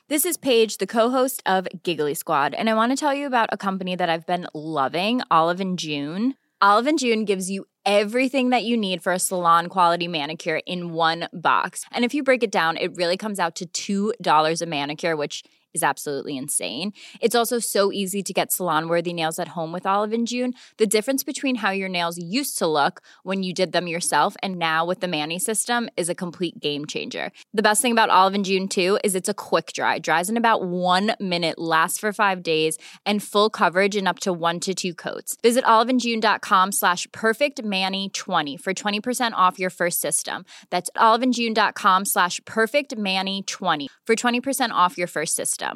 This is Paige, the co-host of Giggly Squad, and I want to tell you about a company that I've been loving, Olive & June. Olive & June gives you everything that you need for a salon-quality manicure in one box. And if you break it down, it really comes out to $2 a manicure, which is absolutely insane. It's also so easy to get salon-worthy nails at home with Olive & June. The difference between how your nails used to look when you did them yourself and now with the Mani system is a complete game changer. The best thing about Olive & June, too, is it's a quick dry. Dries in about 1 minute, lasts for 5 days, and full coverage in up to 1 to 2 coats. Visit oliveandjune.com/perfectmani20 for 20% off your first system. That's oliveandjune.com/perfectmani20 for 20% off your first system.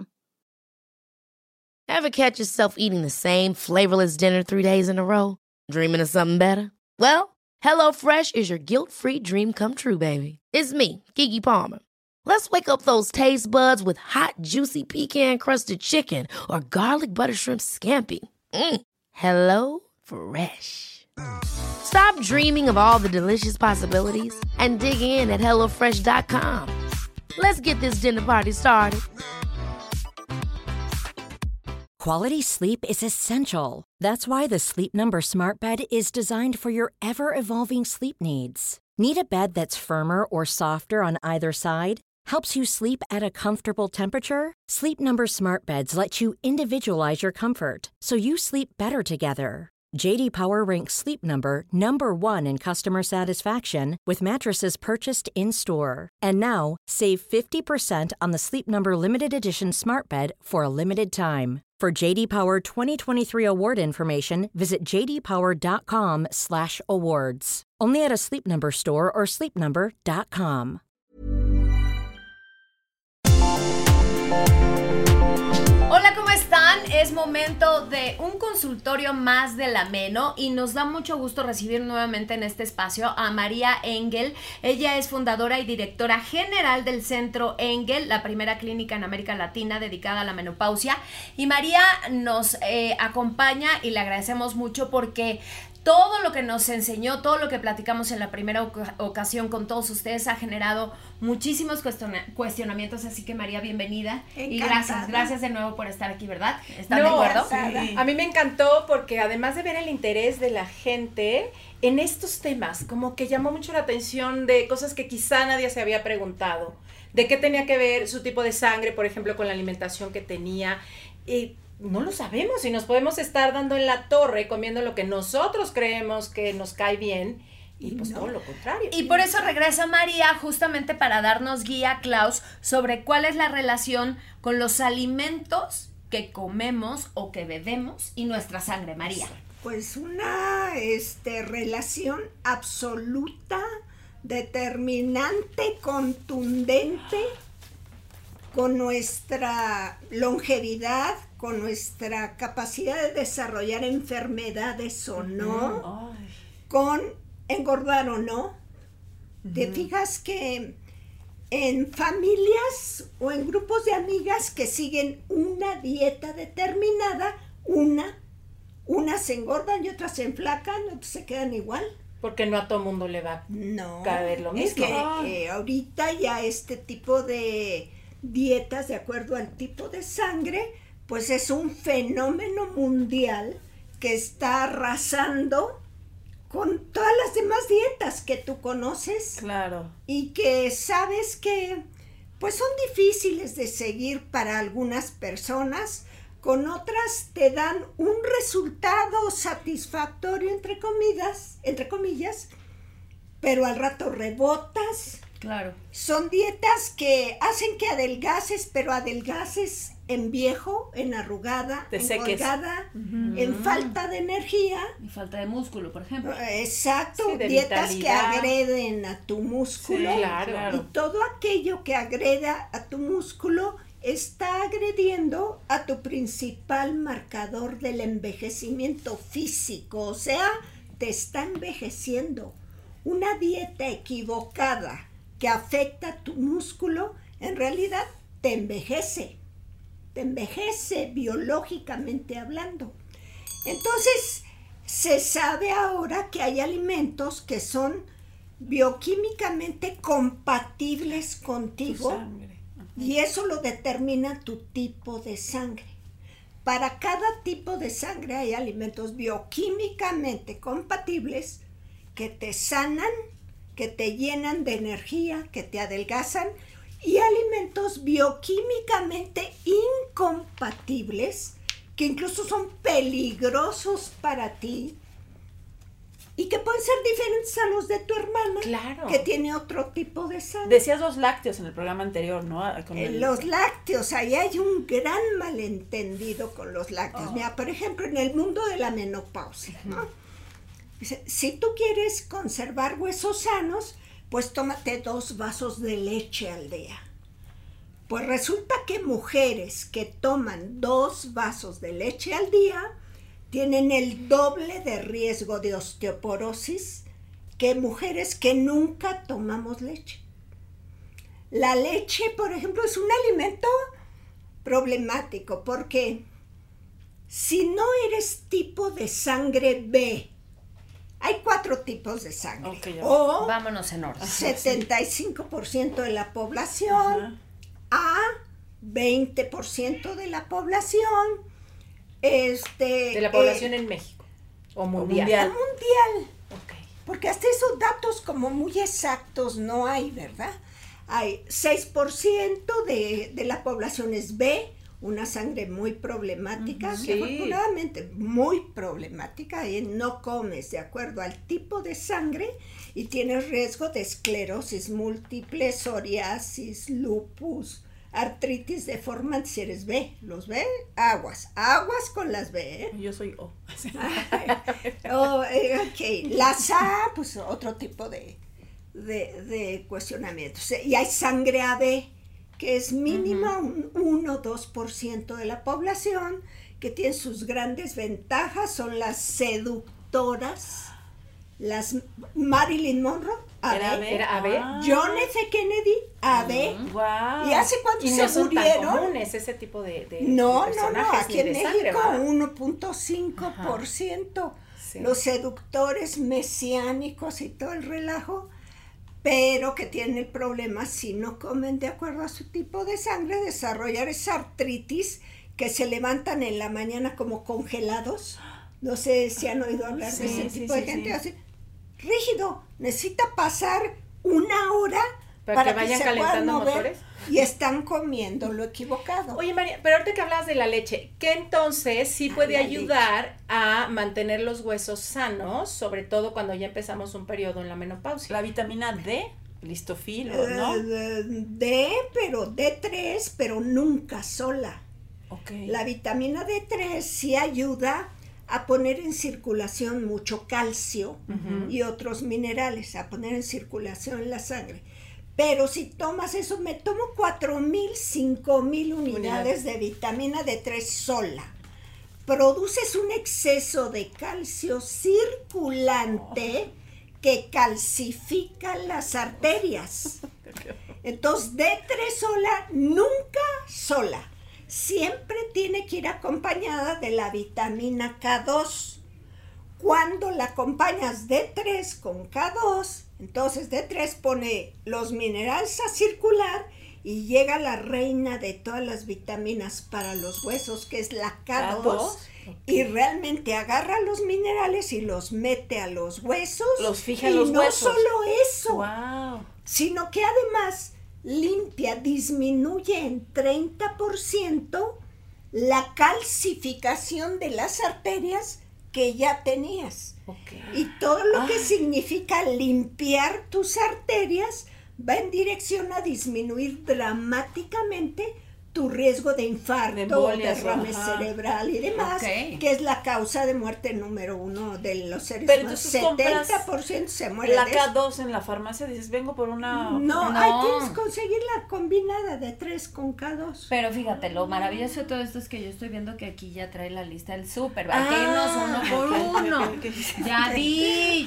Ever catch yourself eating the same flavorless dinner 3 days in a row? Dreaming of something better? Well, HelloFresh is your guilt-free dream come true, baby. It's me, Keke Palmer. Let's wake up those taste buds with hot, juicy pecan-crusted chicken or garlic butter shrimp scampi. HelloFresh. Stop dreaming of all the delicious possibilities and dig in at HelloFresh.com. Let's get this dinner party started. Quality sleep is essential. That's why the Sleep Number Smart Bed is designed for your ever-evolving sleep needs. Need a bed that's firmer or softer on either side? Helps you sleep at a comfortable temperature? Sleep Number Smart Beds let you individualize your comfort, so you sleep better together. J.D. Power ranks Sleep Number number 1 in customer satisfaction with mattresses purchased in-store. And now, save 50% on the Sleep Number Limited Edition Smart Bed for a limited time. For J.D. Power 2023 award information, visit jdpower.com/awards. Only at a Sleep Number store or sleepnumber.com. Hola, ¿cómo están? Es momento de un consultorio más del ameno y nos da mucho gusto recibir nuevamente en este espacio a María Engel. Ella es fundadora y directora general del Centro Engel, la primera clínica en América Latina dedicada a la menopausia. Y María nos acompaña y le agradecemos mucho porque todo lo que nos enseñó, todo lo que platicamos en la primera ocasión con todos ustedes ha generado muchísimos cuestionamientos, así que María, bienvenida. Encantada. Y gracias de nuevo por estar aquí, ¿verdad? ¿Están de acuerdo? Sí. A mí me encantó porque además de ver el interés de la gente en estos temas, como que llamó mucho la atención de cosas que quizá nadie se había preguntado, de qué tenía que ver su tipo de sangre, por ejemplo, con la alimentación que tenía, no lo sabemos y nos podemos estar dando en la torre comiendo lo que nosotros creemos que nos cae bien y pues todo lo contrario. Y por eso regresa María justamente para darnos guía, Klaus, sobre cuál es la relación con los alimentos que comemos o que bebemos y nuestra sangre, María. Pues una relación absoluta, determinante, contundente con nuestra longevidad, con nuestra capacidad de desarrollar enfermedades o no, con engordar o no. Te fijas que en familias o en grupos de amigas que siguen una dieta determinada, unas se engordan y otras se enflacan, otras se quedan igual. Porque no a todo mundo le va a caer lo mismo. Es que ahorita ya este tipo de dietas de acuerdo al tipo de sangre, pues es un fenómeno mundial que está arrasando con todas las demás dietas que tú conoces. Claro. Y que sabes que pues son difíciles de seguir para algunas personas, con otras te dan un resultado satisfactorio entre comillas, pero al rato rebotas. Claro. Son dietas que hacen que adelgaces, pero adelgaces en viejo, en arrugada, colgada, en falta de energía. Y falta de músculo, por ejemplo. Exacto, sí, dietas vitalidad. que agreden a tu músculo. Sí, claro. Y todo aquello que agreda a tu músculo está agrediendo a tu principal marcador del envejecimiento físico, o sea, te está envejeciendo. Una dieta equivocada que afecta a tu músculo, en realidad te envejece biológicamente hablando. Entonces, se sabe ahora que hay alimentos que son bioquímicamente compatibles contigo, Y eso lo determina tu tipo de sangre. Para cada tipo de sangre hay alimentos bioquímicamente compatibles que te sanan, que te llenan de energía, que te adelgazan, y alimentos bioquímicamente incompatibles que incluso son peligrosos para ti y que pueden ser diferentes a los de tu hermana, Claro. que tiene otro tipo de sangre. Decías los lácteos en el programa anterior, ¿no? Los lácteos, ahí hay un gran malentendido con los lácteos. Mira, por ejemplo, en el mundo de la menopausia, ¿no? Si tú quieres conservar huesos sanos, pues tómate 2 vasos de leche al día. Pues resulta que mujeres que toman 2 vasos de leche al día tienen el doble de riesgo de osteoporosis que mujeres que nunca tomamos leche. La leche, por ejemplo, es un alimento problemático porque si no eres tipo de sangre B, hay 4 tipos de sangre. Okay, o vámonos en orden. 75% de la población, A, 20% de la población, De la población en México. O mundial. mundial. Ok. Porque hasta esos datos como muy exactos no hay, ¿verdad? Hay 6% de la población es B, una sangre muy problemática, Sí. afortunadamente muy problemática, y no comes de acuerdo al tipo de sangre y tienes riesgo de esclerosis múltiple, psoriasis, lupus, artritis deformante si eres B. ¿Los B? Aguas con las B, ¿eh? Yo soy O. Ok, las A, pues otro tipo de cuestionamientos. Y hay sangre AB, que es mínima, un 1-2% de la población, que tiene sus grandes ventajas, son las seductoras, las Marilyn Monroe, AB, Era AB. John F. Kennedy, AB, Wow. ¿y hace cuánto Y se no son tan murieron? comunes ese tipo de No, personajes, aquí ni en de sangre, México ¿verdad? 1.5%. Sí. Los seductores mesiánicos y todo el relajo, pero que tienen el problema, si no comen de acuerdo a su tipo de sangre, desarrollar esa artritis que se levantan en la mañana como congelados. No sé si han oído hablar de ese tipo de gente así. Rígido, necesita pasar 1 hora Para que que vayan se puedan calentando mover, motores. y están comiendo lo equivocado. Oye, María, pero ahorita que hablabas de la leche, ¿qué entonces sí puede la ayudar a mantener los huesos sanos, sobre todo cuando ya empezamos un periodo en la menopausia? La vitamina D, listofilo, ¿no? D, pero D3, pero nunca sola. Ok. La vitamina D3 sí ayuda a poner en circulación mucho calcio y otros minerales, a poner en circulación la sangre. Pero si tomas eso, me tomo 4,000, 5,000 unidades de vitamina D3 sola. Produces un exceso de calcio circulante que calcifica las arterias. Entonces, D3 sola, nunca sola. Siempre tiene que ir acompañada de la vitamina K2. Cuando la acompañas D3 con K2, entonces D3 pone los minerales a circular y llega la reina de todas las vitaminas para los huesos, que es la K2, y realmente agarra los minerales y los mete a los huesos. Los fija en y los no huesos. solo eso, Wow. sino que además limpia, disminuye en 30% la calcificación de las arterias que ya tenías. Okay. Y todo lo que significa limpiar tus arterias va en dirección a disminuir dramáticamente tu riesgo de infarto, embolias, derrame ajá. cerebral y demás, Ok. que es la causa de muerte número 1 de los seres Pero humanos. entonces compras 70% se muere La de eso. K2 en la farmacia, dices, vengo por una... No, No. ahí tienes que conseguir la combinada de 3 con K2. Pero fíjate, lo maravilloso de todo esto es que yo estoy viendo que aquí ya trae la lista del súper. Hay que irnos uno por uno. ok. Ya vi.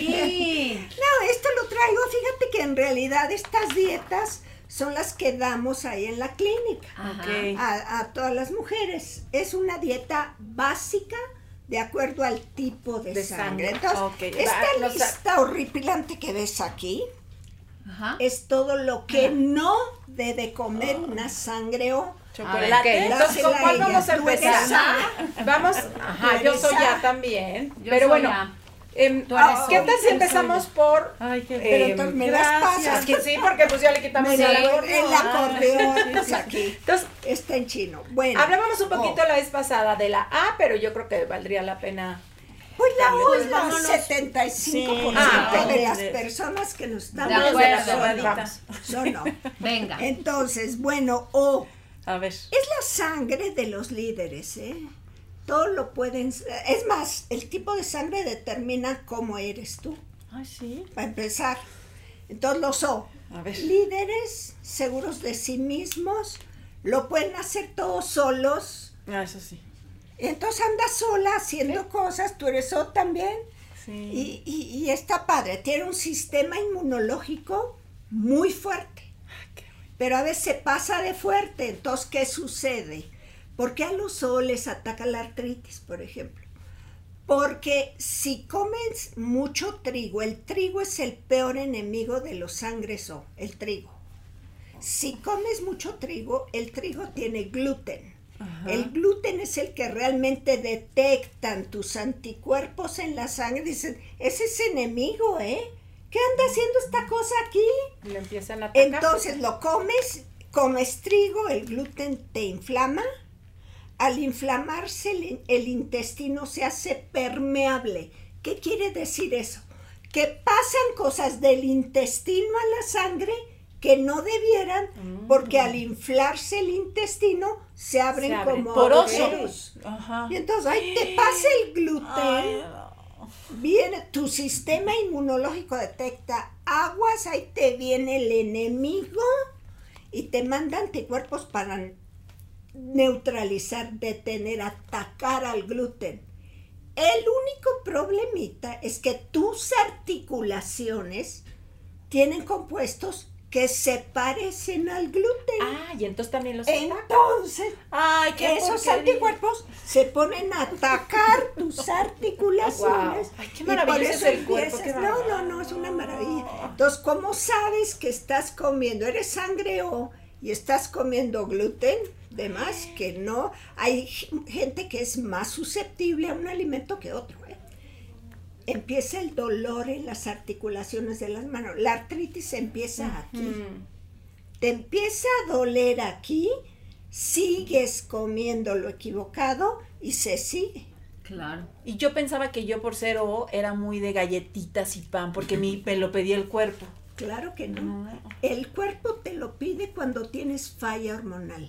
No, esto lo traigo, fíjate que en realidad estas dietas son las que damos ahí en la clínica Ok. a todas las mujeres. Es una dieta básica de acuerdo al tipo de De sangre. sangre. Entonces, Ok. esta Va, lista horripilante que ves aquí, Ajá. es todo lo que no debe comer una sangre O. Chocolate. Entonces, ¿con cuál vamos a Tú eres empezar? A. Vamos, Tú yo eres soy A. A también. Yo Pero soy bueno, A. ¿qué eres tal O. si empezamos por... Ay, qué Pero entonces me las pasas. Que sí, porque pues ya le quitamos Mira, el acordeón. el acordeón, pues aquí Entonces, está en chino. Bueno, hablábamos un poquito O. la vez pasada de la A, pero yo creo que valdría la pena. Pues la O Pues es la vámonos. 75% Ah, de las de- personas que nos están De acuerdo. Vamos. No. Venga. Entonces, bueno, O A ver. es la sangre de los líderes, ¿eh? Todo lo pueden... Es más, el tipo de sangre determina cómo eres tú, Ay, sí. para empezar. Entonces los O, A ver. líderes, seguros de sí mismos, lo pueden hacer todos solos. Ah, eso sí. Entonces andas sola haciendo cosas, tú eres O también. Sí. Y está padre, tiene un sistema inmunológico muy fuerte, pero a veces se pasa de fuerte. Entonces, ¿qué sucede? ¿Por qué a los O les ataca la artritis, por ejemplo? Porque si comes mucho trigo, el trigo es el peor enemigo de los sangres O, el trigo. Si comes mucho trigo, el trigo tiene gluten. Ajá. El gluten es el que realmente detectan tus anticuerpos en la sangre. Dicen, ese es enemigo, ¿eh? ¿Qué anda haciendo esta cosa aquí? Y le empiezan a atacar. Entonces lo comes trigo, el gluten te inflama. Al inflamarse el intestino se hace permeable. ¿Qué quiere decir eso? Que pasan cosas del intestino a la sangre que no debieran, porque al inflarse el intestino se abren como Poroso. agujeros. Ajá. Y entonces ahí te pasa el gluten. Ay, no. Viene, tu sistema inmunológico detecta aguas, ahí te viene el enemigo y te manda anticuerpos para neutralizar, detener, atacar al gluten. El único problemita es que tus articulaciones tienen compuestos que se parecen al gluten. Ah, y entonces también los ataca. Entonces, Ay, qué esos porquería. anticuerpos se ponen a atacar tus articulaciones. Guau. Ay, qué y maravilloso por es eso el cuerpo, empiezas- qué no, es una maravilla. Entonces, ¿cómo sabes que estás comiendo? Eres sangre O y estás comiendo gluten, de más que no. Hay gente que es más susceptible a un alimento que otro, ¿eh? Empieza el dolor en las articulaciones de las manos. La artritis empieza aquí. Te empieza a doler aquí, sigues comiendo lo equivocado y se sigue. Claro. Y yo pensaba que yo por ser O era muy de galletitas y pan, porque me lo pedía el cuerpo. Claro que no. No. El cuerpo te lo pide cuando tienes falla hormonal.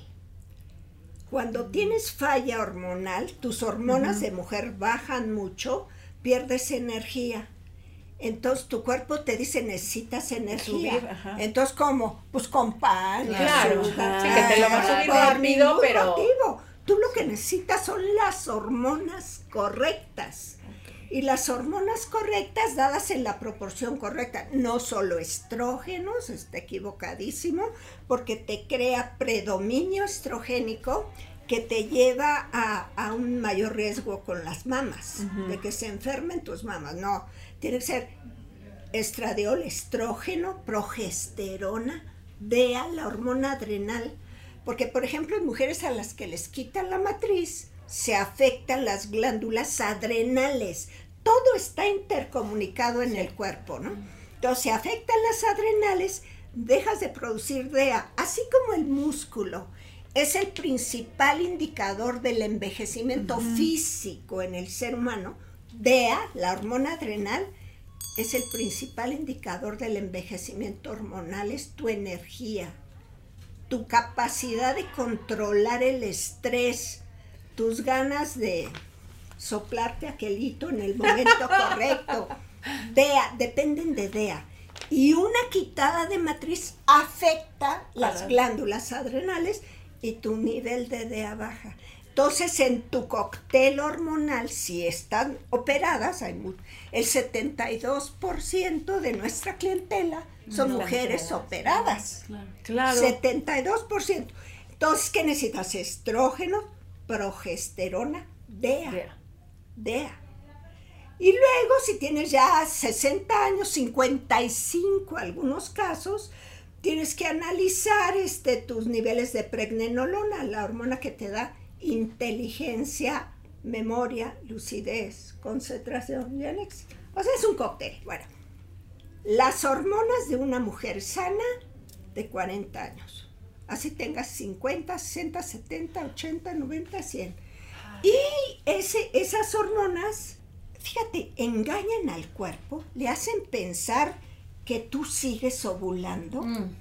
Cuando tienes falla hormonal, tus hormonas de mujer bajan mucho, pierdes energía. Entonces tu cuerpo te dice, necesitas energía. Subir, ajá. Entonces, ¿cómo? Pues con pan. Claro, azúcar, sí, que te lo va a subir por rápido, ningún pero... motivo. Tú lo que necesitas son las hormonas correctas. Y las hormonas correctas dadas en la proporción correcta, no solo estrógenos, está equivocadísimo, porque te crea predominio estrogénico que te lleva a un mayor riesgo con las mamas, de que se enfermen tus mamas. No, tiene que ser estradiol, estrógeno, progesterona, DEA, la hormona adrenal. Porque, por ejemplo, en mujeres a las que les quitan la matriz, se afectan las glándulas adrenales. Todo está intercomunicado en el cuerpo, ¿no? Entonces, se afectan las adrenales, dejas de producir DEA, así como el músculo. Es el principal indicador del envejecimiento físico en el ser humano. DEA, la hormona adrenal, es el principal indicador del envejecimiento hormonal, es tu energía, tu capacidad de controlar el estrés, tus ganas de soplarte aquelito en el momento correcto. DEA, dependen de DEA. Y una quitada de matriz afecta las glándulas adrenales y tu nivel de DEA baja. Entonces, en tu cóctel hormonal, si están operadas, el 72% de nuestra clientela son mujeres operadas. Claro. 72%. Entonces, ¿qué necesitas? Estrógeno, progesterona, DEA. Y luego, si tienes ya 60 años, 55 algunos casos, tienes que analizar tus niveles de pregnenolona, la hormona que te da inteligencia, memoria, lucidez, concentración y éxito. O sea, es un cóctel. Bueno, las hormonas de una mujer sana de 40 años. Así tengas 50, 60, 70, 80, 90, 100. Y esas hormonas, fíjate, engañan al cuerpo, le hacen pensar que tú sigues ovulando.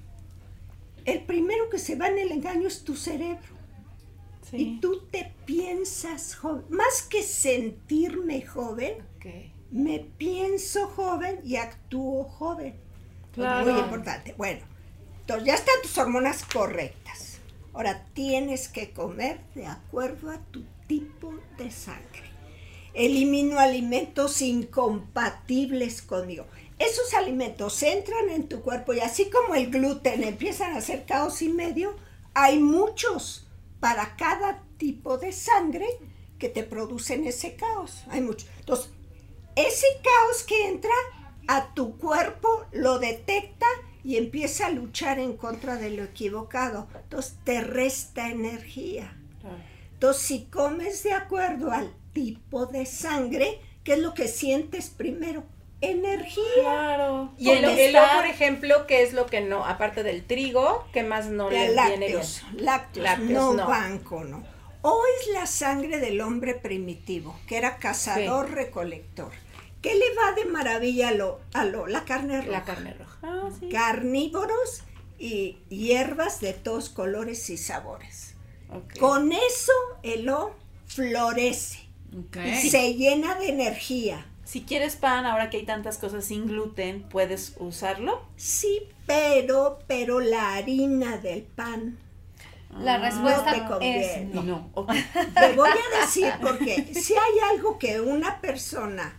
El primero que se va en el engaño es tu cerebro. Sí. Y tú te piensas joven. Más que sentirme joven, me pienso joven y actúo joven. Claro. Muy importante. Bueno, entonces ya están tus hormonas correctas. Ahora tienes que comer de acuerdo a tu tipo de sangre. Elimino alimentos incompatibles conmigo. Esos alimentos entran en tu cuerpo y así como el gluten empiezan a hacer caos y medio, hay muchos para cada tipo de sangre que te producen ese caos. Hay muchos. Entonces, ese caos que entra a tu cuerpo lo detecta y empieza a luchar en contra de lo equivocado. Entonces, te resta energía. Entonces, si comes de acuerdo al tipo de sangre, ¿qué es lo que sientes primero? Energía. Claro. Y el O, por ejemplo, ¿qué es lo que no, aparte del trigo, qué más no le viene bien? Lácteos, no banco, no. O es la sangre del hombre primitivo, que era cazador-recolector. ¿Qué le va de maravilla a la carne roja? La carne roja. Ah, sí. Carnívoros y hierbas de todos colores y sabores. Con eso el O florece. Se llena de energía. Si quieres pan, ahora que hay tantas cosas sin gluten, ¿puedes usarlo? Sí, pero la harina del pan. La respuesta no te conviene. Es no. Te voy a decir porque si hay algo que una persona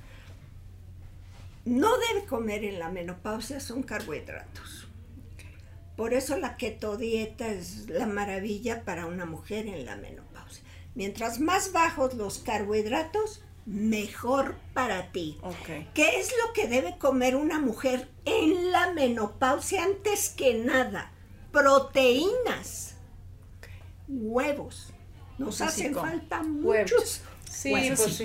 no debe comer en la menopausia son carbohidratos. Por eso la ketodieta es la maravilla para una mujer en la menopausia. Mientras más bajos los carbohidratos, mejor para ti. ¿Qué es lo que debe comer una mujer en la menopausia antes que nada? Proteínas, huevos. Nos hacen falta muchos. Sí, pues sí.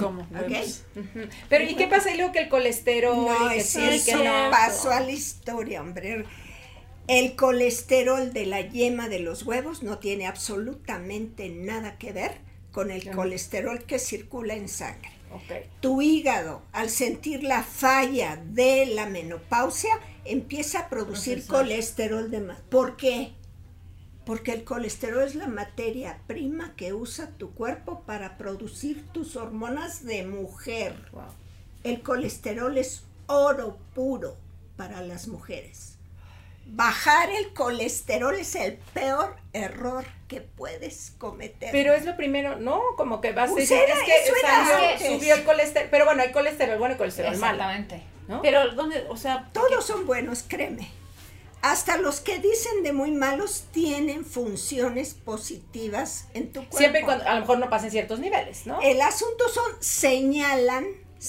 Pero ¿y qué pasa? Y luego que el colesterol. No, eso pasó a la historia, hombre. El colesterol de la yema de los huevos no tiene absolutamente nada que ver con el colesterol que circula en sangre. Tu hígado, al sentir la falla de la menopausia, empieza a producir colesterol de más. ¿Por qué? Porque el colesterol es la materia prima que usa tu cuerpo para producir tus hormonas de mujer. El colesterol es oro puro para las mujeres. Bajar el colesterol es el peor error que puedes cometer. Pero es lo primero, ¿no? Como que vas a decir, subió el colesterol, pero bueno, hay colesterol bueno y colesterol malo. Exactamente. ¿No? Pero, ¿dónde? O sea, todos son buenos, créeme. Hasta los que dicen de muy malos tienen funciones positivas en tu cuerpo. Siempre y cuando, a lo mejor no pasen ciertos niveles, ¿no? El asunto señalan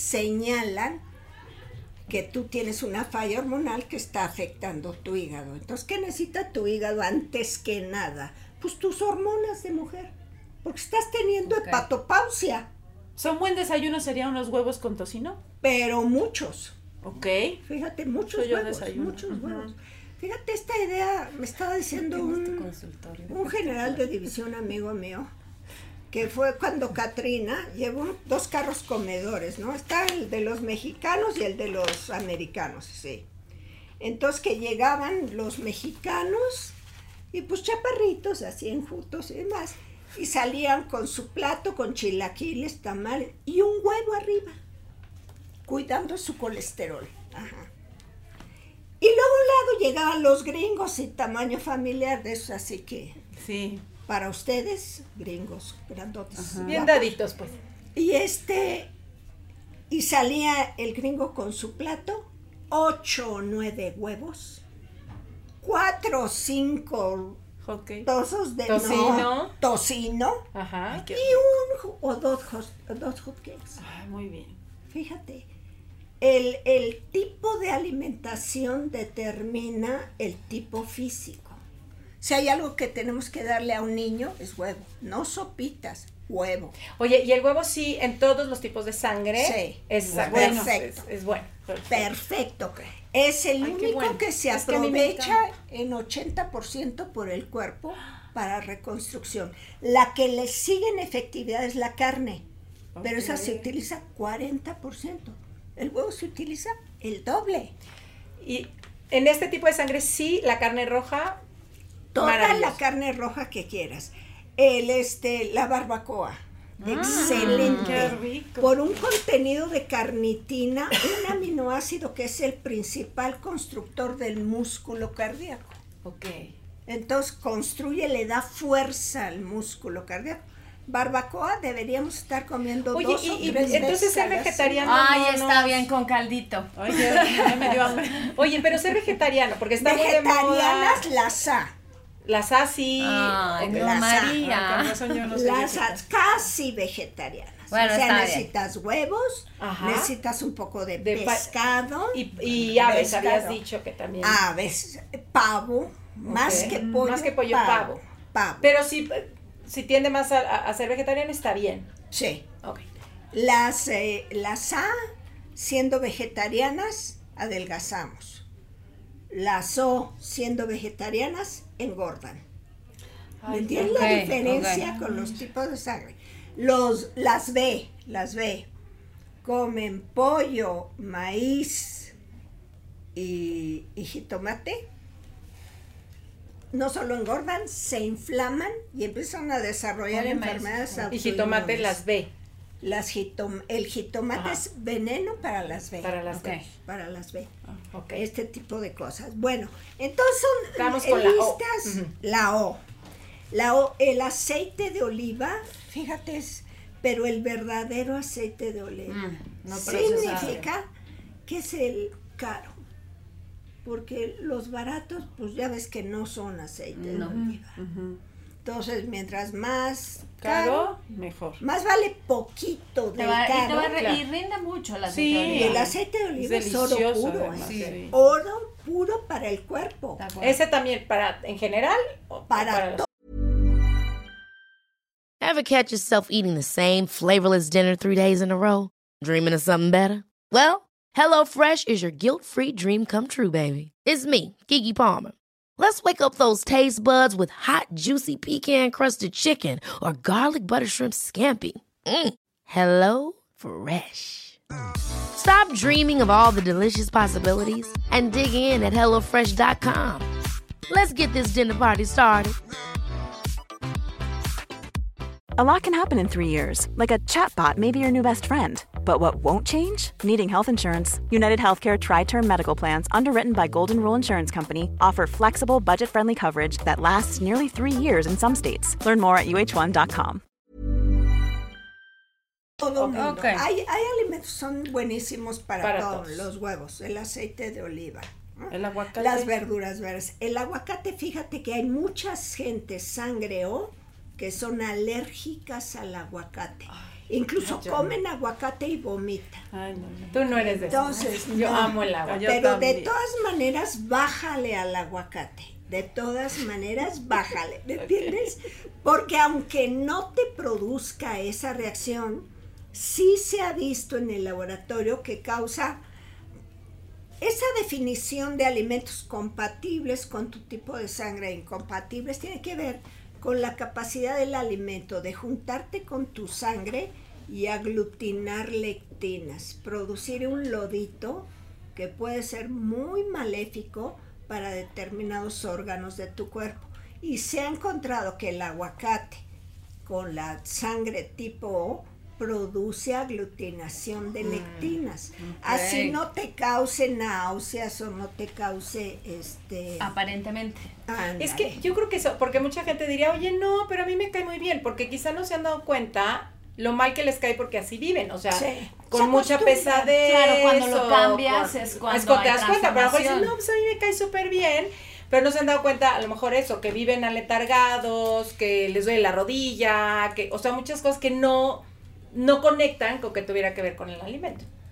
que tú tienes una falla hormonal que está afectando tu hígado. Entonces, ¿qué necesita tu hígado antes que nada? Pues tus hormonas de mujer, porque estás teniendo hepatopausia. ¿Son buen desayuno serían unos huevos con tocino? Pero muchos. Fíjate, muchos huevos. Fíjate, esta idea me estaba diciendo un general de división amigo mío, que fue cuando Katrina llevó 2 carros comedores, ¿no? Está el de los mexicanos y el de los americanos, sí. Entonces que llegaban los mexicanos y pues chaparritos, así enjutos y demás, y salían con su plato, con chilaquiles, tamales y un huevo arriba, cuidando su colesterol. Y luego a un lado llegaban los gringos y tamaño familiar de esos, así que... Sí. Para ustedes, gringos, grandotes. Bien daditos, pues. Y salía el gringo con su plato, 8 o 9 huevos, 4 o 5 trozos de tocino Ajá. y 1 o 2 hot cakes. Muy bien. Fíjate, El tipo de alimentación determina el tipo físico. Si hay algo que tenemos que darle a un niño, es huevo, no sopitas, huevo. Oye, ¿y el huevo sí en todos los tipos de sangre? Sí. Es Bueno, bueno. perfecto. Es bueno. Perfecto. Es el Ay, qué único bueno. que se Es que a mí me aprovecha en 80% por el cuerpo para reconstrucción. La que le sigue en efectividad es la carne, pero esa se utiliza 40%. El huevo se utiliza el doble. Y en este tipo de sangre sí, la carne roja. Toda maravilloso. la carne roja que quieras. La barbacoa. Excelente. qué rico. Por un contenido de carnitina, un aminoácido que es el principal constructor del músculo cardíaco. Ok. Entonces construye, le da fuerza al músculo cardíaco. Barbacoa deberíamos estar comiendo Oye, 2 o 3 veces entonces ser a la vegetariano. semana. Ay, no, está no. bien con caldito. Ay, ya me dio hambre. Oye, pero ser vegetariano, porque está muy de moda. Vegetarianas, las A. Las así. Ay, ok. no, Las A. María. Con razón yo no soy Las vegetariana. casi vegetarianas. Bueno, o sea, está bien. necesitas huevos, Ajá. necesitas un poco de De pescado. Y aves, pescado. habías dicho que también. Aves, pavo, más Ok. que pollo. Más que pollo, pavo. Pavo. Pero si tiende más a ser vegetariano, está bien. Sí. Ok. Las A, siendo vegetarianas, adelgazamos. Las O, siendo vegetarianas, engordan. ¿Me entiendes la diferencia con los tipos de sangre? Las B, comen pollo, maíz y jitomate. No solo engordan, se inflaman y empiezan a desarrollar Pollo, maíz, enfermedades Y autoinmunes. jitomate las ve. El jitomate Ajá. es veneno para las B. Para las Ok. B. Para las B. Ok. Este tipo de cosas. Bueno, entonces son Vamos con la O. listas. Ujú. La O, el aceite de oliva, fíjate, pero el verdadero aceite de oliva no procesado. significa que es el caro. Porque los baratos, pues ya ves que no son aceite de oliva. Entonces, mientras más Caro, mejor. más vale poquito del caro. Y rinde mucho la Sí. Y el aceite de oliva es oro delicioso, puro, además, ¿eh? sí. Oro puro para el cuerpo. Ese también en general o Para los- Ever catch yourself eating the same flavorless dinner 3 days in a row? Dreaming of something better? Well, HelloFresh is your guilt-free dream come true, baby. It's me, Keke Palmer. Let's wake up those taste buds with hot, juicy pecan-crusted chicken or garlic butter shrimp scampi. Hello Fresh. Stop dreaming of all the delicious possibilities and dig in at HelloFresh.com. Let's get this dinner party started. A lot can happen in 3 years, like a chatbot may be your new best friend. But what won't change? Needing health insurance. United Healthcare Tri-Term Medical Plans, underwritten by Golden Rule Insurance Company, offer flexible, budget-friendly coverage that lasts nearly 3 years in some states. Learn more at uh1.com. Todo el mundo. Ok. Hay alimentos que son buenísimos para todos. todos. Los huevos, el aceite de oliva, ¿no? El aguacate. Las verduras verdes. El aguacate, fíjate que hay muchas gentes sangre O que son alérgicas al aguacate. Incluso yo comen aguacate y vomitan. Ay, no. Tú no eres de eso. Entonces, Yo no. amo el agua. Yo Pero también. de todas maneras, bájale al aguacate. De todas maneras, bájale. ¿Me entiendes? Porque aunque no te produzca esa reacción, sí se ha visto en el laboratorio que causa esa definición de alimentos compatibles con tu tipo de sangre e incompatibles. Tiene que ver con la capacidad del alimento de juntarte con tu sangre y aglutinar lectinas, producir un lodito que puede ser muy maléfico para determinados órganos de tu cuerpo. Y se ha encontrado que el aguacate con la sangre tipo O produce aglutinación de lectinas. Así no te cause náuseas o no te cause Aparentemente. ándale. Es que yo creo que eso, porque mucha gente diría, oye, no, pero a mí me cae muy bien, porque quizá no se han dado cuenta lo mal que les cae porque así viven, o sea, Sí. con Se mucha acostumbran. pesadez. Claro, cuando lo o cambias es cuando te hay das cuenta, pero a lo mejor dicen, transformación. no, pues a mí me cae súper bien, pero no se han dado cuenta, a lo mejor eso, que viven aletargados, que les duele la rodilla, que, o sea, muchas cosas que no conectan con que tuviera que ver con el alimento. Sí.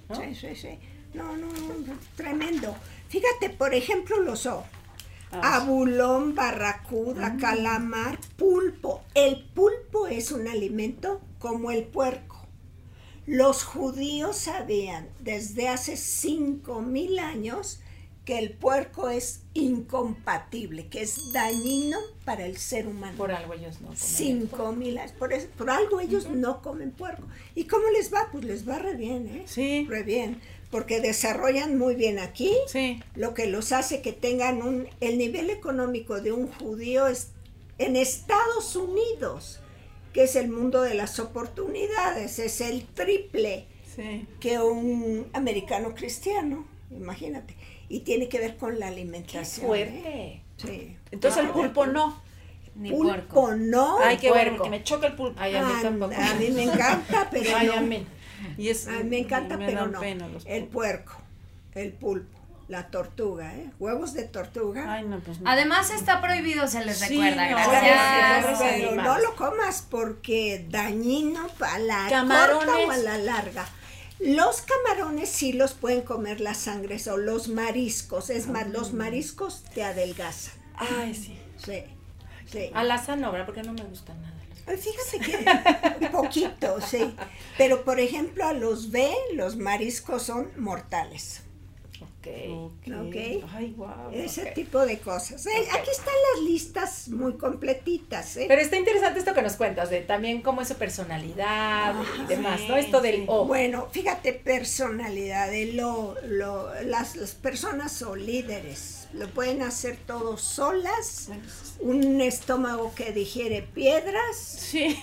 ¿no? Sí. No, tremendo. Fíjate, por ejemplo, los abulón, barracuda, calamar, pulpo. El pulpo es un alimento como el puerco. Los judíos sabían desde hace 5,000 años que el puerco es incompatible, que es dañino para el ser humano. Por algo ellos no comen. 5,000 años. Por algo ellos no comen puerco. ¿Y cómo les va? Pues les va re bien, ¿eh? Sí. Re bien. Porque desarrollan muy bien aquí. Sí. Lo que los hace que tengan el nivel económico de un judío es en Estados Unidos, que es el mundo de las oportunidades, es el triple que un americano cristiano, imagínate. Y tiene que ver con la alimentación. ¡Qué fuerte! Sí. Entonces el pulpo no. Ni Pulpo puerco. no. Ay, qué puerco. bueno, que me choca el pulpo. Ay, a mí tampoco. A mí me encanta, pero Ay, no. a mí. Y es, A mí me encanta, me pero dan no. pena los El pulpos. puerco, el pulpo, la tortuga, huevos de tortuga. Ay, no, pues no. Además está prohibido, se les Sí, recuerda, no, gracias. Pero animales. no lo comas porque dañino a la Camarones. corta o a la larga. Los camarones sí los pueden comer las sangres o los mariscos. Es más, los mariscos te adelgazan. Ay, sí. Sí. Alaza no, ¿verdad? Porque no me gusta nada. Ay, fíjate que poquito, sí. Pero por ejemplo a los mariscos son mortales. Ok. Ay, wow. Ese tipo de cosas. Aquí están las listas muy completitas, ¿eh? Pero está interesante esto que nos cuentas, de también cómo es su personalidad y demás, ¿no? Esto del Bueno, fíjate, personalidad, las personas o líderes lo pueden hacer todos solas, un estómago que digiere piedras, Sí.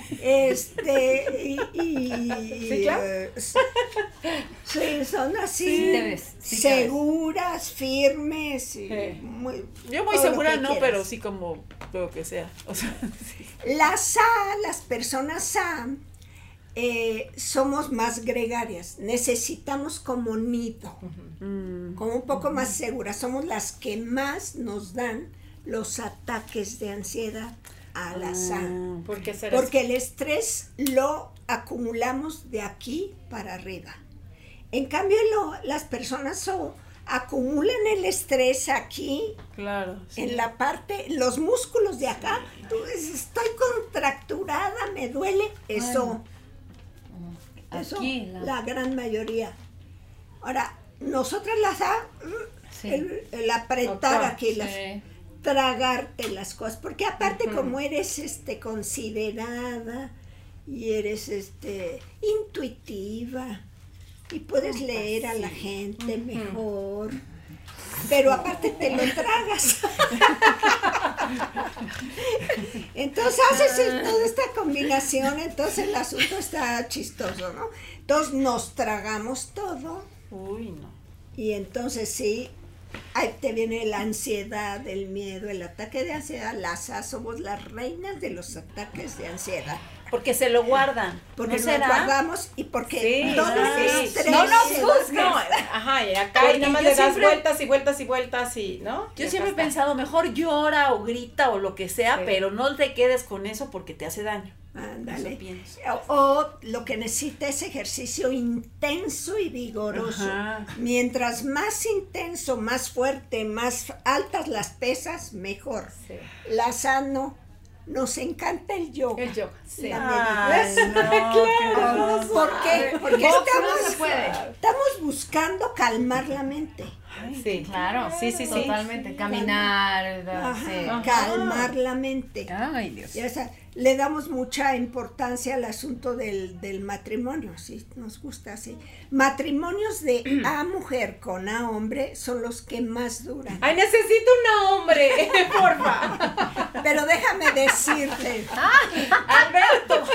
Sí, claro. Sí, son así, Sí te ves, sí te seguras, firmes, y Yo muy todo lo segura que no, quieras. pero sí como lo que sea. O sea, sí. Las personas somos más gregarias, necesitamos como nido, como un poco más seguras, somos las que más nos dan los ataques de ansiedad a la ¿Por qué será porque el estrés lo acumulamos de aquí para arriba. En cambio, las personas acumulan el estrés aquí, Claro. Sí. en la parte, los músculos de acá. Tú dices, estoy contracturada, me duele. Eso, Aquí, la gran mayoría. Ahora, nosotras el apretar Acá, aquí, tragarte las cosas, porque aparte como eres considerada y eres intuitiva y puedes leer a la gente mejor, pero aparte te lo tragas. Entonces haces toda esta combinación, entonces el asunto está chistoso, ¿no? Entonces nos tragamos todo. Uy, no. Y entonces sí, ahí te viene la ansiedad, el miedo, el ataque de ansiedad. Somos las reinas de los ataques de ansiedad. Porque se lo guardan. Porque ¿No nos será? guardamos y porque Sí, todo el sí. estrés No nos se va- juzgues. No, ajá, y acá Porque y nada más yo le das siempre- vueltas y vueltas y vueltas y, ¿no? Yo Y siempre he acá está. pensado, mejor llora o grita o lo que sea, Sí. pero no te quedes con eso porque te hace daño. Ándale. Eso pienso. O lo que necesita es ejercicio intenso y vigoroso. Ajá. Mientras más intenso, más fuerte, más altas las pesas, mejor. Sí. La sano. Nos encanta el yoga. El yoga, sí. La Ay, meditación. no, ¿Por qué? Porque No se puede. estamos buscando calmar la mente. Sí, Claro, sí, sí, sí. totalmente. Caminar, Ajá, sí. calmar la mente. Ay, Dios. Ya está. Le damos mucha importancia al asunto del matrimonio, sí, nos gusta así. Matrimonios de A mujer con A hombre son los que más duran. Ay, necesito un hombre, porfa. Pero déjame decirte, Alberto.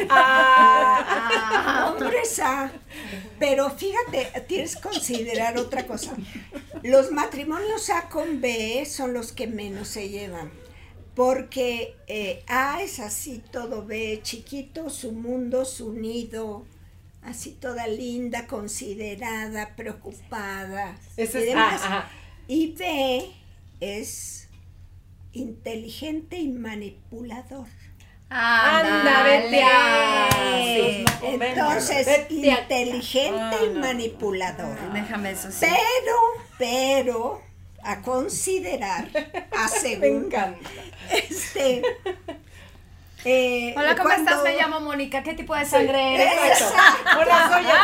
hombres A, pero fíjate, tienes que considerar otra cosa. Los matrimonios A con B son los que menos se llevan. Porque A es así, todo B, chiquito, su mundo, su nido, así toda linda, considerada, preocupada. Ese y es demás. ajá. Y B es inteligente y manipulador. Anda, vete a... Sí. Sí. No convence. Entonces, Entonces, inteligente y manipulador. Déjame eso sí. Pero, a considerar, a Me según, encanta. Hola, ¿cómo estás? Me llamo Mónica. ¿Qué tipo de sangre eres? Exacto. Hola,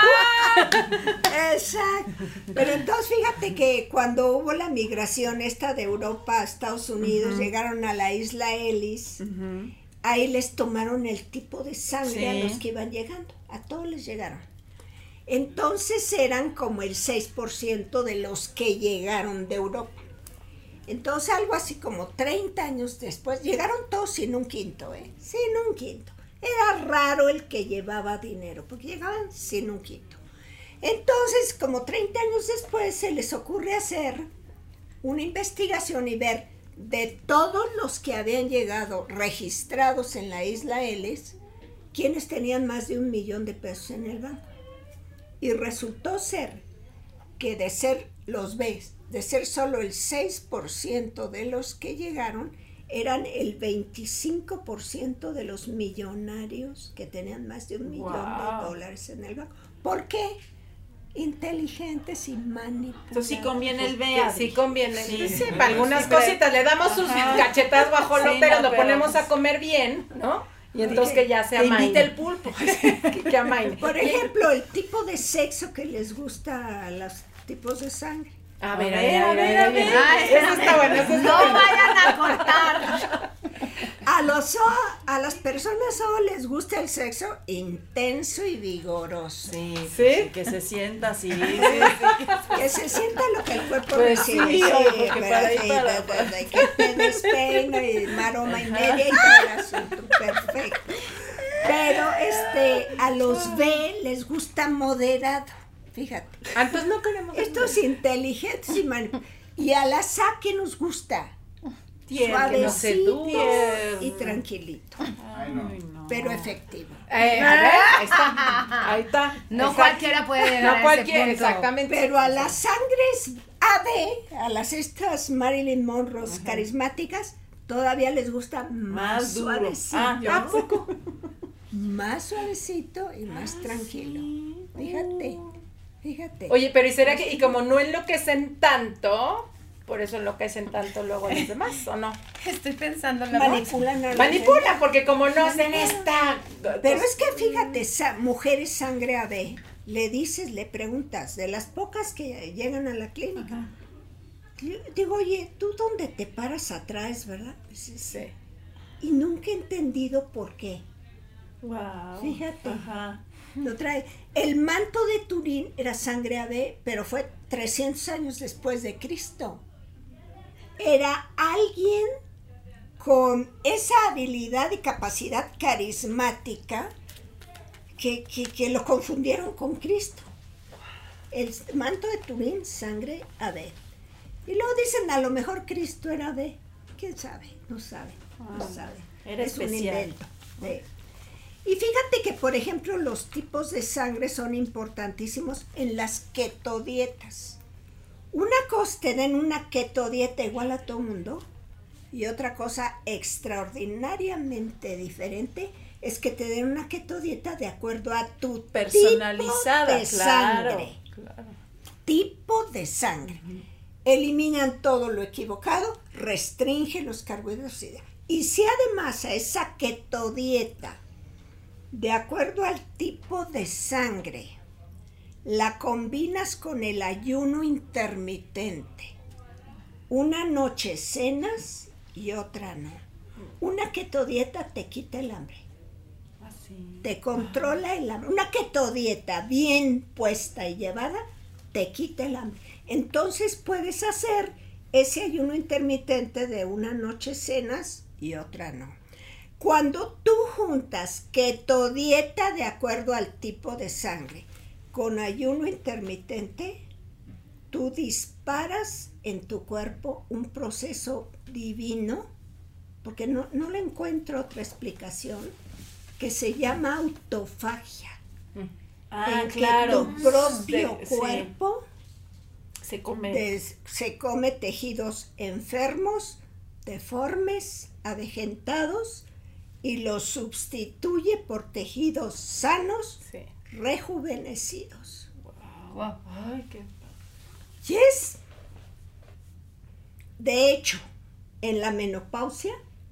soy Exacto. Pero entonces fíjate que cuando hubo la migración esta de Europa a Estados Unidos, llegaron a la isla Ellis, ahí les tomaron el tipo de sangre a los que iban llegando, a todos les llegaron. Entonces eran como el 6% de los que llegaron de Europa. Entonces algo así como 30 años después, llegaron todos sin un quinto, sin un quinto. Era raro el que llevaba dinero, porque llegaban sin un quinto. Entonces, como 30 años después, se les ocurre hacer una investigación y ver de todos los que habían llegado registrados en la isla Ellis, quienes tenían más de $1 millón de pesos en el banco. Y resultó ser que de ser solo el 6% de los que llegaron, eran el 25% de los millonarios que tenían más de $1 millón de dólares en el banco. ¿Por qué? Inteligentes y manipulados. Entonces sí conviene el B. Sí conviene. Sí, Sí, para algunas cositas le damos sus cachetadas guajoloteras, lo ponemos a comer bien, ¿no? Y entonces que ya se Te invita amaine. el pulpo. Que amaine. Por ejemplo, el tipo de sexo que les gusta a los tipos de sangre. A ver. Eso está bueno, eso está No bueno. vayan a cortar. A las personas O les gusta el sexo intenso y vigoroso. Sí, ¿Sí? que se sienta así. Que se sienta lo que el cuerpo Pues recibe. sí, porque pero para ahí sí, para- que te despeina y maroma y media y todo el asunto. Perfecto. Pero a los B les gusta moderado. Fíjate. Entonces no queremos. Estos inteligentes y a las A que nos gusta. Tierno, que no se Suavecito tierno. y tranquilito. Ay, no. Pero efectivo. A ver, ahí está. Ahí está. No Exacto. cualquiera puede llegar No a ese cualquiera, punto. exactamente. Pero a las sangres AB, a las estas Marilyn Monroe carismáticas, todavía les gusta más duro. suavecito. ¿A poco? Más suavecito y más tranquilo. Fíjate. Oye, pero ¿y será que, y como no enloquecen tanto, por eso enloquecen tanto luego los demás, o no? Estoy pensando en la Manipulan a los Manipulan, demás. porque como no hacen esta. Pero es que fíjate, mujeres sangre AB, le preguntas, de las pocas que llegan a la clínica, digo, oye, ¿tú dónde te paras atrás, verdad? Dice, Sí. y nunca he entendido por qué. Wow. Fíjate. Ajá. Lo trae. El manto de Turín era sangre AB, pero fue 300 años después de Cristo. Era alguien con esa habilidad y capacidad carismática que lo confundieron con Cristo. El manto de Turín, sangre AB. Y luego dicen, a lo mejor Cristo era AB. ¿Quién sabe? No sabe. Era es un especial. invento. Sí. Y fíjate que, por ejemplo, los tipos de sangre son importantísimos en las ketodietas. Una cosa, te den una ketodieta igual a todo mundo, y otra cosa extraordinariamente diferente es que te den una ketodieta de acuerdo a tu Personalizada, tipo de claro. sangre. Claro. Tipo de sangre. Eliminan todo lo equivocado, restringen los carbohidratos. Y si además a esa ketodieta, de acuerdo al tipo de sangre, la combinas con el ayuno intermitente, una noche cenas y otra no. Una ketodieta te quita el hambre. Así. Te controla el hambre. Una ketodieta bien puesta y llevada te quita el hambre. Entonces puedes hacer ese ayuno intermitente de una noche cenas y otra no. Cuando tú juntas ketodieta de acuerdo al tipo de sangre con ayuno intermitente, tú disparas en tu cuerpo un proceso divino, porque no le encuentro otra explicación, que se llama autofagia. En claro. que tu propio Sí. cuerpo Se come. se come tejidos enfermos, deformes, avejentados, y los sustituye por tejidos sanos, Sí. rejuvenecidos. Wow. Ay, qué... Y es, de hecho, en la menopausia,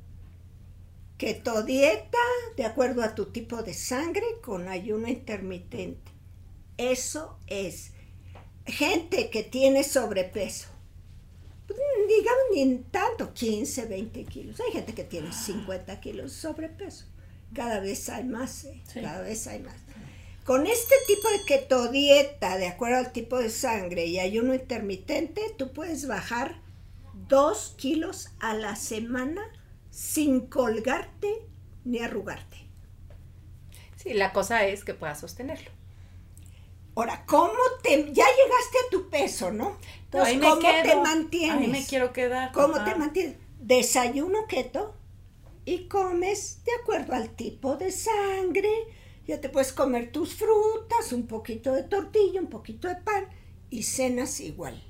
keto dieta, de acuerdo a tu tipo de sangre, con ayuno intermitente. Eso es. Gente que tiene sobrepeso, digamos ni tanto, 15, 20 kilos. Hay gente que tiene 50 kilos de sobrepeso. Cada vez hay más, cada vez hay más. Con este tipo de keto dieta, de acuerdo al tipo de sangre y ayuno intermitente, tú puedes bajar 2 kilos a la semana sin colgarte ni arrugarte. Sí, la cosa es que puedas sostenerlo. Ahora, ya llegaste a tu peso, ¿no? Entonces, ¿cómo te mantienes? Ahí me quiero quedar. ¿Cómo te mantienes? Desayuno keto y comes de acuerdo al tipo de sangre. Ya te puedes comer tus frutas, un poquito de tortilla, un poquito de pan y cenas igual.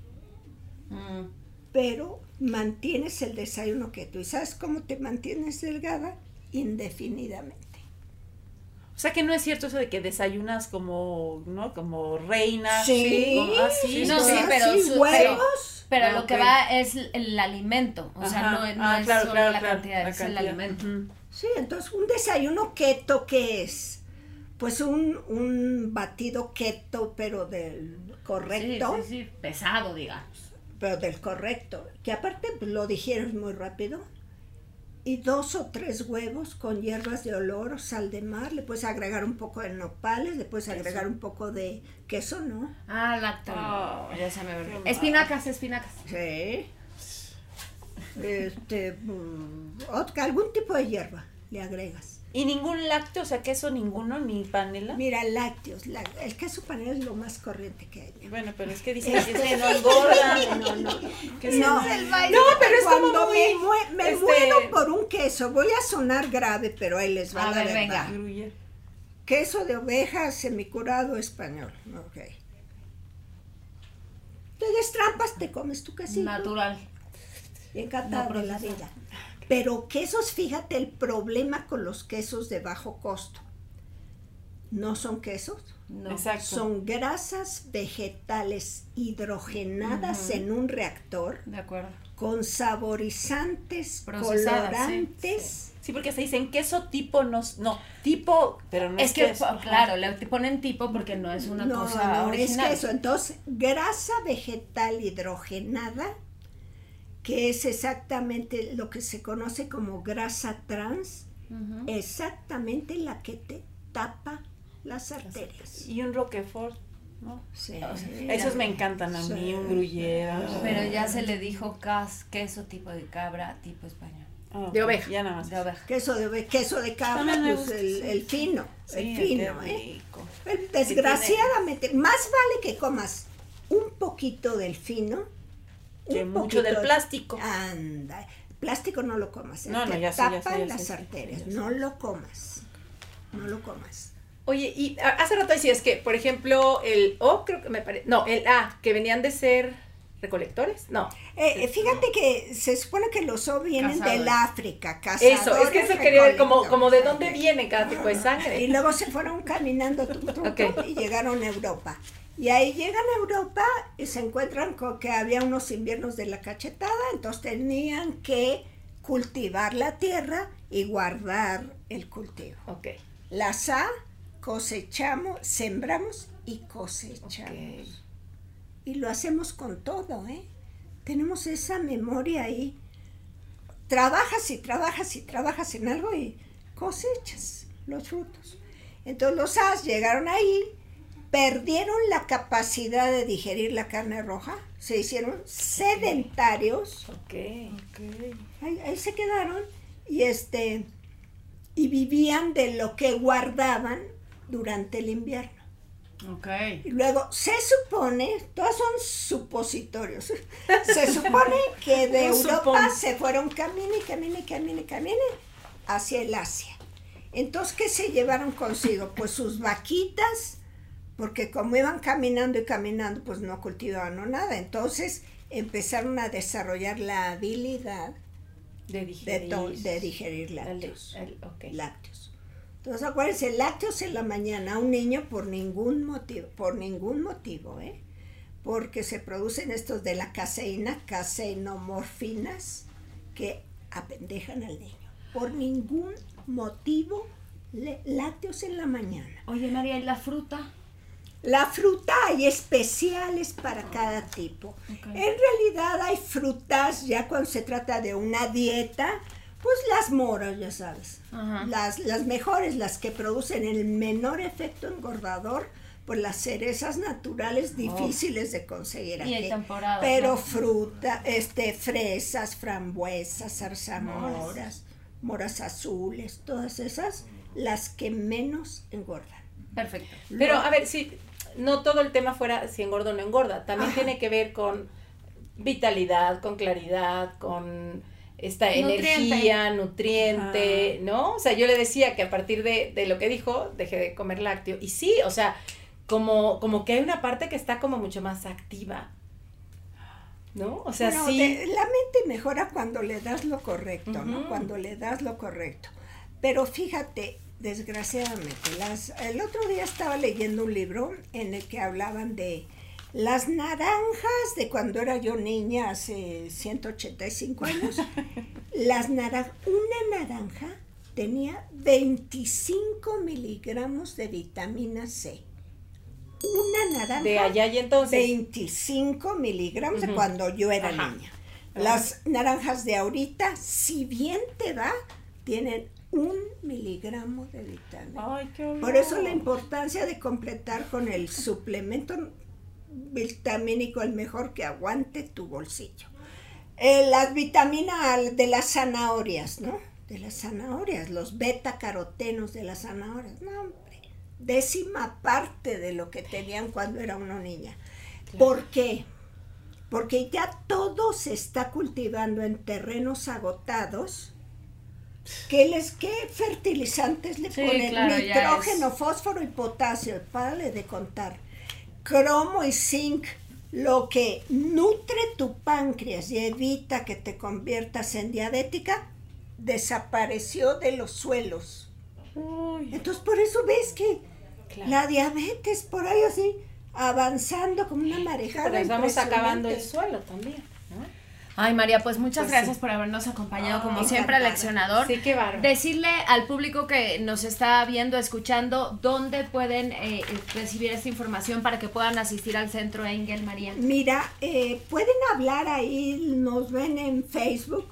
Pero mantienes el desayuno keto. ¿Y sabes cómo te mantienes delgada? Indefinidamente. O sea que no es cierto eso de que desayunas como, ¿no? Como reina. Sí, así. No, sí, huevos. Pero lo que va es el alimento. O sea, no es claro, solo claro, la claro, cantidad, la es el cantidad. alimento. Sí, entonces un desayuno keto, ¿qué es? Pues un batido keto, pero del correcto. Sí, pesado, digamos. Pero del correcto, que aparte pues, lo digieres muy rápido. Y 2 o 3 huevos con hierbas de olor o sal de mar. Le puedes agregar un poco de nopales, le puedes agregar un poco de queso, ¿no? Lácteo. Ya se me ve. Espinacas. Sí. Algún tipo de hierba le agregas. ¿Y ningún lácteo? O sea, queso ninguno, ni panela. Mira, lácteos. El queso panela es lo más corriente que hay. Bueno, pero es que dicen que no engorda. No. No, pero es Cuando como muy... me muero por un queso, voy a sonar grave, pero ahí les va A la ver, verdad. venga. Queso de oveja semicurado español. Ok. Te destrampas, te comes tu quesito. Natural. Y encantado No de la procesado. vida. Pero quesos, fíjate el problema con los quesos de bajo costo. No son quesos, No. Exacto. son grasas vegetales hidrogenadas en un reactor De acuerdo. con saborizantes, Procesadas, colorantes. Sí, porque se dicen queso tipo, no, tipo, pero no es, Es que, queso. claro, le ponen tipo porque no es una cosa No, original. es queso. Entonces, grasa vegetal hidrogenada, que es exactamente lo que se conoce como grasa trans, exactamente la que te tapa las arterias. Y un Roquefort, ¿no? Sí. Esos me encantan a mí, un gruyere. Pero ya se le dijo queso tipo de cabra, tipo español. De oveja. Ya nada más. De oveja. Queso de cabra, También me pues gusta, el fino, Sí, el fino, qué rico. Desgraciadamente, más vale que comas un poquito del fino Que un mucho poquito del plástico. Anda, plástico no lo comas, No, te ya sé, tapan ya las sé, arterias, ya sé. no lo comas, no lo comas. Oye, y hace rato decías que, por ejemplo, creo que me parece, no, que venían de ser recolectores, no. Fíjate que se supone que los O vienen Cazadores. del África, cazadores, Eso, es que eso quería ver, como de dónde recolectores. viene cada tipo de sangre. Y luego se fueron caminando Ok. y llegaron a Europa. Y ahí llegan a Europa y se encuentran con que había unos inviernos de la cachetada, entonces tenían que cultivar la tierra y guardar el cultivo. Ok. Las cosechamos, sembramos y cosechamos. Y lo hacemos con todo, ¿eh? Tenemos esa memoria ahí. Trabajas y trabajas y trabajas en algo y cosechas los frutos. Entonces los llegaron ahí, perdieron la capacidad de digerir la carne roja, se hicieron sedentarios. Ok. Ahí se quedaron y vivían de lo que guardaban durante el invierno. Ok. Y luego se supone, todos son supositorios, se supone que de Europa se fueron camine hacia el Asia. Entonces, ¿qué se llevaron consigo? Pues sus vaquitas, porque como iban caminando y caminando, pues no cultivaban o nada. Entonces empezaron a desarrollar la habilidad De de digerir lácteos. ok. Lácteos. Entonces acuérdense, lácteos en la mañana a un niño por ningún motivo, porque se producen estos de la caseína, caseinomorfinas, que apendejan al niño. Por ningún motivo, lácteos en la mañana. Oye, María, ¿y la fruta? La fruta hay especiales para cada tipo. Okay. En realidad hay frutas, ya cuando se trata de una dieta, pues las moras, ya sabes. Las mejores, las que producen el menor efecto engordador, pues las cerezas naturales difíciles de conseguir aquí. Y en temporada. Pero fruta, fresas, frambuesas, zarzamoras, moras azules, todas esas, las que menos engordan. Perfecto. Pero a ver, si no todo el tema fuera si engorda o no engorda, también tiene que ver con vitalidad, con claridad, con esta energía, nutriente, ¿no? O sea, yo le decía que a partir de lo que dijo, dejé de comer lácteo. Y sí, o sea, como que hay una parte que está como mucho más activa, ¿no? O sea, bueno, sí. La mente mejora cuando le das lo correcto, ¿no? Cuando le das lo correcto. Pero fíjate, desgraciadamente, el otro día estaba leyendo un libro en el que hablaban de las naranjas de cuando era yo niña, hace 185 años. Una naranja tenía 25 miligramos de vitamina C. Una naranja. De allá y entonces. 25 miligramos de cuando yo era niña. Las naranjas de ahorita, si bien te da, tienen 1 miligramo de vitamina. Ay, qué horror. Por eso la importancia de completar con el suplemento vitamínico el mejor que aguante tu bolsillo. Las vitaminas de las zanahorias, ¿no? De las zanahorias, los beta-carotenos de las zanahorias. No, hombre, 10ª parte de lo que tenían cuando era una niña. Claro. ¿Por qué? Porque ya todo se está cultivando en terrenos agotados. ¿Qué fertilizantes le ponen? Claro, nitrógeno, fósforo y potasio, párale de contar. Cromo y zinc, lo que nutre tu páncreas y evita que te conviertas en diabética, desapareció de los suelos. Uy. Entonces por eso ves que la diabetes por ahí así, avanzando como una marejada. Pero estamos acabando el suelo también, ¿no? Ay, María, pues muchas gracias por habernos acompañado, como siempre, leccionador. Sí, qué bárbaro. Decirle al público que nos está viendo, escuchando, dónde pueden recibir esta información para que puedan asistir al Centro Engel, María. Mira, pueden hablar ahí, nos ven en Facebook,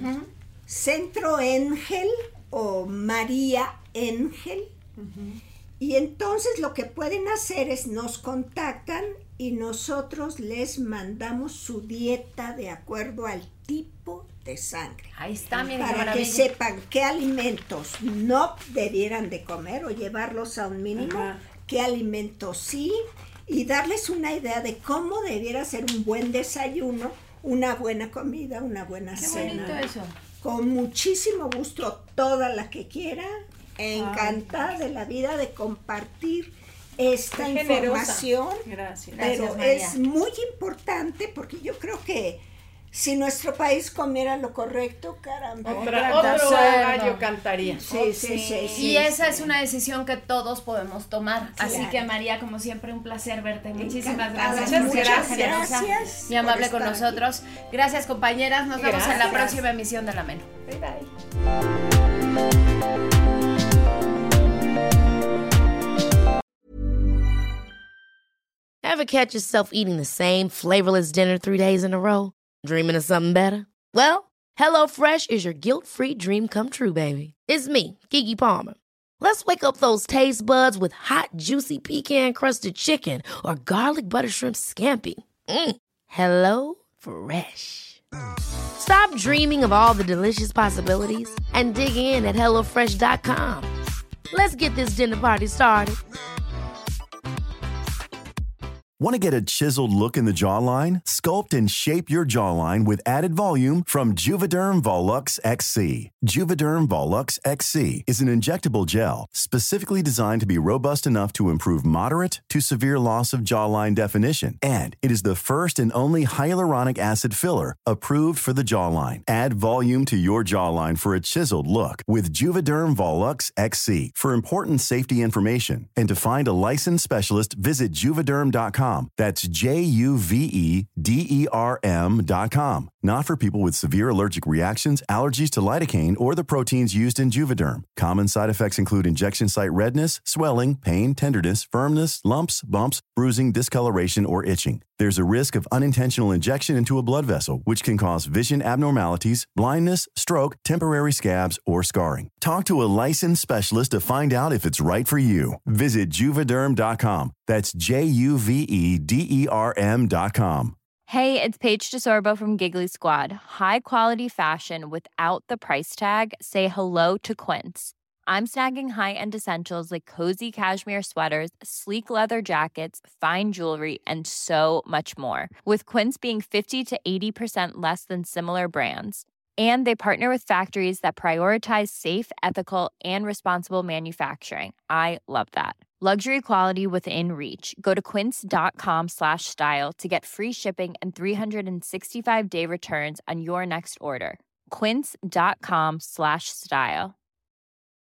Centro Engel o María Engel. Y entonces lo que pueden hacer es nos contactan y nosotros les mandamos su dieta de acuerdo al tipo de sangre. Ahí está, mi para que sepan qué alimentos no debieran de comer o llevarlos a un mínimo, qué alimentos sí, y darles una idea de cómo debiera ser un buen desayuno, una buena comida, una buena cena. Qué bonito eso. Con muchísimo gusto, toda la que quiera. Encantada de la vida de compartir esta información. Gracias. Pero es muy importante porque yo creo que si nuestro país comiera lo correcto, caramba. Otro gallo cantaría. Sí. Y esa es una decisión que todos podemos tomar. Claro. Así que, María, como siempre, un placer verte. Muchísimas gracias. Muchas gracias. Y amable con nosotros. Gracias, compañeras. Nos vemos en la próxima emisión de La Meno. Bye. Ever catch yourself eating the same flavorless dinner 3 days in a row? Dreaming of something better? Well, HelloFresh is your guilt-free dream come true, baby. It's me, Keke Palmer. Let's wake up those taste buds with hot, juicy pecan-crusted chicken or garlic butter shrimp scampi. Hello Fresh. Stop dreaming of all the delicious possibilities and dig in at HelloFresh.com. Let's get this dinner party started. Want to get a chiseled look in the jawline? Sculpt and shape your jawline with added volume from Juvederm Volux XC. Juvederm Volux XC is an injectable gel specifically designed to be robust enough to improve moderate to severe loss of jawline definition. And it is the first and only hyaluronic acid filler approved for the jawline. Add volume to your jawline for a chiseled look with Juvederm Volux XC. For important safety information and to find a licensed specialist, visit Juvederm.com. That's Juvederm.com. Not for people with severe allergic reactions, allergies to lidocaine, or the proteins used in Juvederm. Common side effects include injection site redness, swelling, pain, tenderness, firmness, lumps, bumps, bruising, discoloration, or itching. There's a risk of unintentional injection into a blood vessel, which can cause vision abnormalities, blindness, stroke, temporary scabs, or scarring. Talk to a licensed specialist to find out if it's right for you. Visit Juvederm.com. That's Juvederm.com. Hey, it's Paige DeSorbo from Giggly Squad. High quality fashion without the price tag. Say hello to Quince. I'm snagging high-end essentials like cozy cashmere sweaters, sleek leather jackets, fine jewelry, and so much more. With Quince being 50 to 80% less than similar brands. And they partner with factories that prioritize safe, ethical, and responsible manufacturing. I love that. Luxury quality within reach. Go to quince.com/style to get free shipping and 365-day returns on your next order. Quince.com/style.